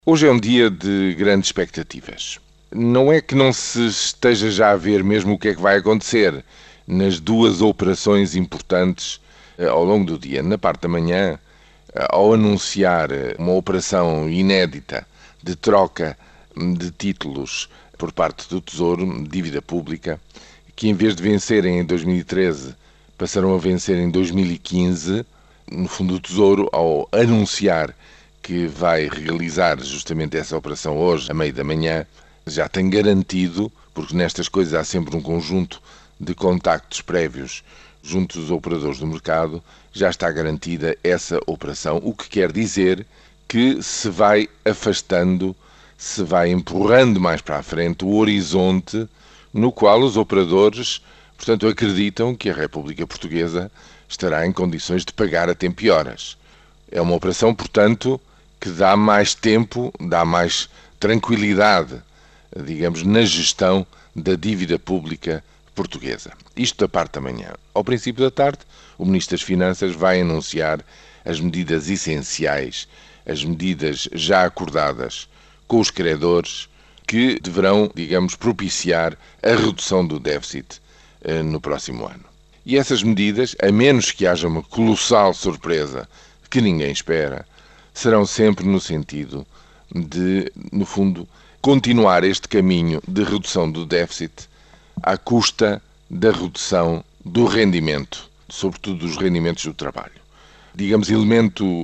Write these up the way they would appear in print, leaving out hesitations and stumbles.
Hoje é um dia de grandes expectativas. Não é que não se esteja já a ver mesmo o que é que vai acontecer nas duas operações importantes ao longo do dia. Na parte da manhã, ao anunciar uma operação inédita de troca de títulos por parte do Tesouro, dívida pública, que em vez de vencerem em 2013, passarão a vencer em 2015, no fundo o Tesouro, ao anunciar que vai realizar justamente essa operação hoje, à meia da manhã, já tem garantido, porque nestas coisas há sempre um conjunto de contactos prévios junto dos operadores do mercado, já está garantida essa operação, o que quer dizer que se vai afastando, se vai empurrando mais para a frente o horizonte no qual os operadores, portanto, acreditam que a República Portuguesa estará em condições de pagar a tempo e horas. É uma operação, portanto, que dá mais tempo, dá mais tranquilidade, digamos, na gestão da dívida pública portuguesa. Isto da parte da manhã. Ao princípio da tarde, o Ministro das Finanças vai anunciar as medidas essenciais, as medidas já acordadas com os credores, que deverão, digamos, propiciar a redução do déficit no próximo ano. E essas medidas, a menos que haja uma colossal surpresa que ninguém espera, serão sempre no sentido de, no fundo, continuar este caminho de redução do déficit à custa da redução do rendimento, sobretudo dos rendimentos do trabalho. Digamos, elemento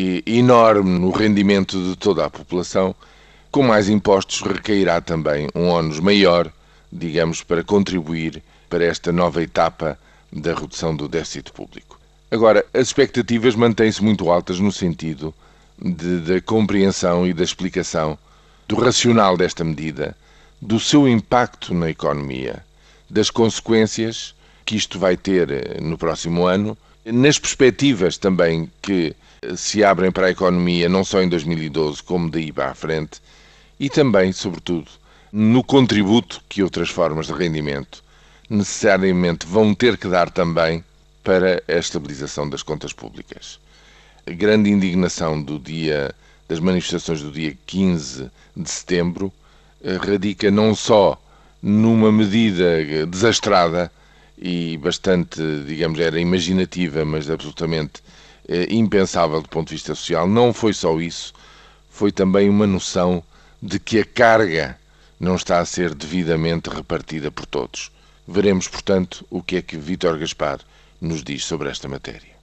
enorme no rendimento de toda a população. Com mais impostos recairá também um ónus maior, digamos, para contribuir para esta nova etapa da redução do déficit público. Agora, as expectativas mantêm-se muito altas no sentido da compreensão e da explicação do racional desta medida, do seu impacto na economia, das consequências que isto vai ter no próximo ano, nas perspectivas também que se abrem para a economia não só em 2012 como daí para a frente, e também, sobretudo, no contributo que outras formas de rendimento necessariamente vão ter que dar também para a estabilização das contas públicas. A grande indignação das manifestações do dia 15 de setembro radica não só numa medida desastrada e bastante, digamos, era imaginativa, mas absolutamente impensável do ponto de vista social. Não foi só isso, foi também uma noção de que a carga não está a ser devidamente repartida por todos. Veremos, portanto, o que é que Vítor Gaspar nos diz sobre esta matéria.